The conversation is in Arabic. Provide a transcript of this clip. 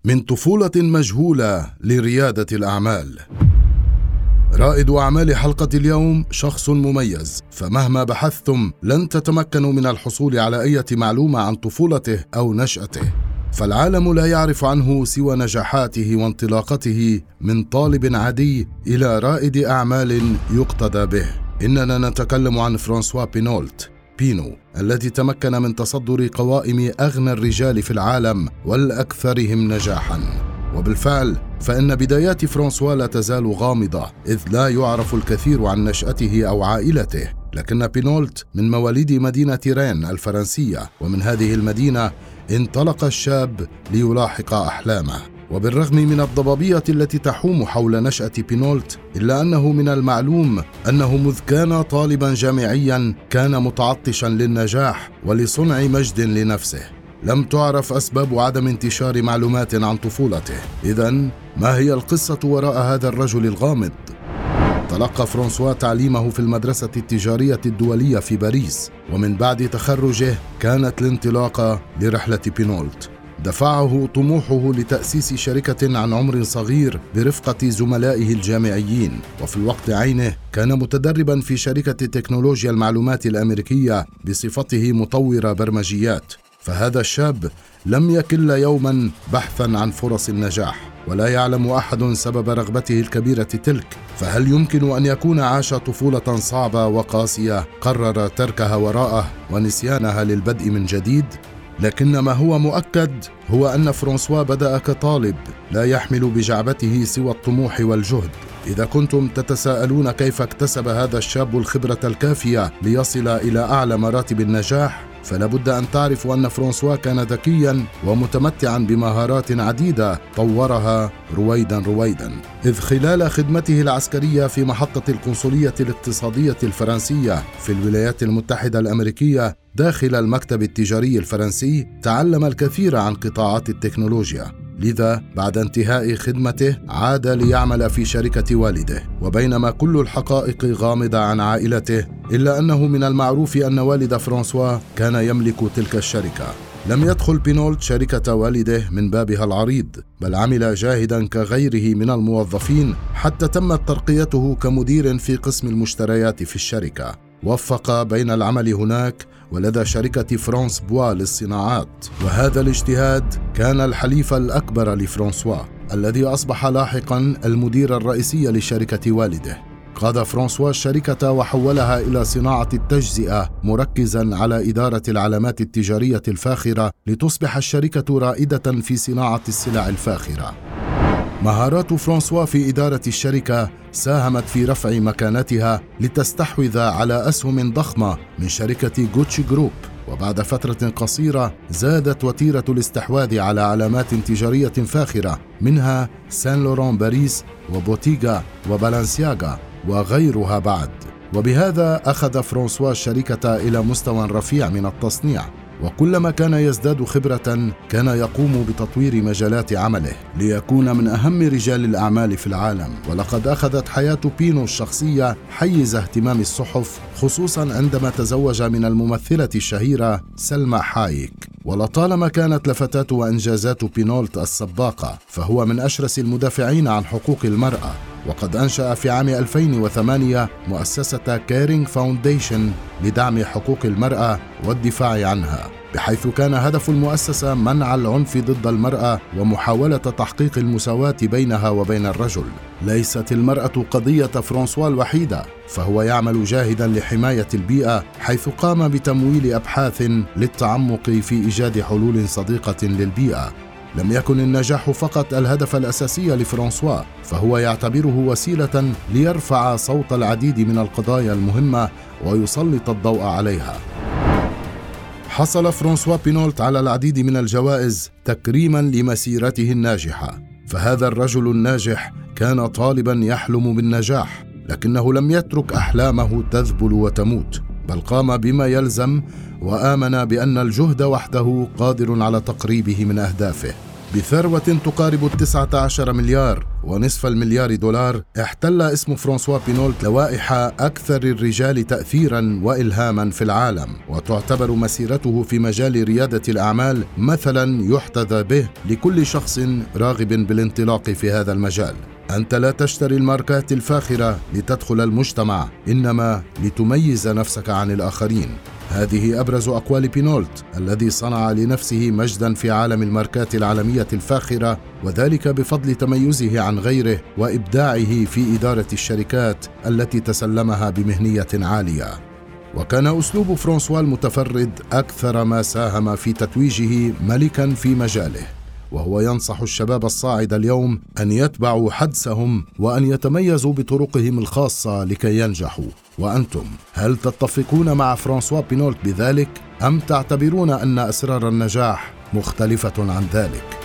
من طفولة مجهولة لريادة الأعمال. رائد أعمال حلقة اليوم شخص مميز، فمهما بحثتم لن تتمكنوا من الحصول على أي معلومة عن طفولته أو نشأته، فالعالم لا يعرف عنه سوى نجاحاته وانطلاقته من طالب عادي إلى رائد أعمال يقتدى به. إننا نتكلم عن فرانسوا بينولت بينو، الذي تمكن من تصدر قوائم أغنى الرجال في العالم والأكثرهم نجاحاً. وبالفعل فإن بدايات فرانسوا لا تزال غامضة، إذ لا يعرف الكثير عن نشأته أو عائلته، لكن بينولت من مواليد مدينة رين الفرنسية، ومن هذه المدينة انطلق الشاب ليلاحق أحلامه. وبالرغم من الضبابية التي تحوم حول نشأة بينولت، إلا أنه من المعلوم أنه مذ كان طالبا جامعيا كان متعطشا للنجاح ولصنع مجد لنفسه. لم تعرف أسباب عدم انتشار معلومات عن طفولته. إذن ما هي القصة وراء هذا الرجل الغامض؟ تلقى فرانسوا تعليمه في المدرسة التجارية الدولية في باريس، ومن بعد تخرجه كانت الانطلاقة لرحلة بينولت. دفعه طموحه لتأسيس شركة عن عمر صغير برفقة زملائه الجامعيين، وفي الوقت عينه كان متدربا في شركة تكنولوجيا المعلومات الأمريكية بصفته مطور برمجيات. فهذا الشاب لم يكل يوما بحثا عن فرص النجاح، ولا يعلم أحد سبب رغبته الكبيرة تلك. فهل يمكن أن يكون عاش طفولة صعبة وقاسية قرر تركها وراءه ونسيانها للبدء من جديد؟ لكن ما هو مؤكد هو أن فرانسوا بدأ كطالب لا يحمل بجعبته سوى الطموح والجهد. إذا كنتم تتساءلون كيف اكتسب هذا الشاب الخبرة الكافية ليصل إلى أعلى مراتب النجاح، فلا بد أن تعرفوا أن فرانسوا كان ذكياً ومتمتعاً بمهارات عديدة طورها رويداً، إذ خلال خدمته العسكرية في محطة القنصلية الاقتصادية الفرنسية في الولايات المتحدة الأمريكية داخل المكتب التجاري الفرنسي تعلم الكثير عن قطاعات التكنولوجيا. لذا بعد انتهاء خدمته عاد ليعمل في شركة والده. وبينما كل الحقائق غامضة عن عائلته، إلا أنه من المعروف أن والد فرانسوا كان يملك تلك الشركة. لم يدخل بينولت شركة والده من بابها العريض، بل عمل جاهدا كغيره من الموظفين حتى تمت ترقيته كمدير في قسم المشتريات في الشركة. وفق بين العمل هناك ولدى شركة فرانس بوا للصناعات، وهذا الاجتهاد كان الحليف الأكبر لفرانسوا، الذي أصبح لاحقا المدير الرئيسي لشركة والده. قاد فرانسوا الشركة وحولها إلى صناعة التجزئة، مركزا على إدارة العلامات التجارية الفاخرة، لتصبح الشركة رائدة في صناعة السلع الفاخرة. مهارات فرانسوا في إدارة الشركة ساهمت في رفع مكانتها لتستحوذ على أسهم ضخمة من شركة غوتشي جروب، وبعد فترة قصيرة زادت وتيرة الاستحواذ على علامات تجارية فاخرة، منها سان لوران باريس وبوتيغا وبالانسياغا وغيرها بعد. وبهذا أخذ فرانسوا الشركة إلى مستوى رفيع من التصنيع، وكلما كان يزداد خبرة كان يقوم بتطوير مجالات عمله ليكون من أهم رجال الأعمال في العالم. ولقد أخذت حياة بينو الشخصية حيز اهتمام الصحف، خصوصا عندما تزوج من الممثلة الشهيرة سلمى حايك. ولطالما كانت لفتات وإنجازات بينولت السباقة، فهو من أشرس المدافعين عن حقوق المرأة، وقد أنشأ في عام 2008 مؤسسة كيرينج فاونديشن لدعم حقوق المرأة والدفاع عنها، بحيث كان هدف المؤسسة منع العنف ضد المرأة ومحاولة تحقيق المساواة بينها وبين الرجل. ليست المرأة قضية فرانسوا الوحيدة، فهو يعمل جاهدا لحماية البيئة، حيث قام بتمويل أبحاث للتعمق في إيجاد حلول صديقة للبيئة. لم يكن النجاح فقط الهدف الأساسي لفرانسوا، فهو يعتبره وسيلة ليرفع صوت العديد من القضايا المهمة ويسلط الضوء عليها. حصل فرانسوا بينولت على العديد من الجوائز تكريما لمسيرته الناجحة. فهذا الرجل الناجح كان طالبا يحلم بالنجاح، لكنه لم يترك أحلامه تذبل وتموت، بل قام بما يلزم وآمن بأن الجهد وحده قادر على تقريبه من أهدافه. بثروة تقارب 19 مليار ونصف المليار دولار، احتل اسم فرانسوا بينولت لوائح أكثر الرجال تأثيراً وإلهاماً في العالم، وتعتبر مسيرته في مجال ريادة الأعمال مثلاً يحتذى به لكل شخص راغب بالانطلاق في هذا المجال. أنت لا تشتري الماركات الفاخرة لتدخل المجتمع، إنما لتميز نفسك عن الآخرين. هذه أبرز أقوال بينولت الذي صنع لنفسه مجداً في عالم الماركات العالمية الفاخرة، وذلك بفضل تميزه عن غيره وإبداعه في إدارة الشركات التي تسلمها بمهنية عالية. وكان أسلوب فرانسوا المتفرد أكثر ما ساهم في تتويجه ملكاً في مجاله، وهو ينصح الشباب الصاعد اليوم أن يتبعوا حدسهم وأن يتميزوا بطرقهم الخاصة لكي ينجحوا. وأنتم هل تتفقون مع فرانسوا بينولت بذلك أم تعتبرون أن أسرار النجاح مختلفة عن ذلك؟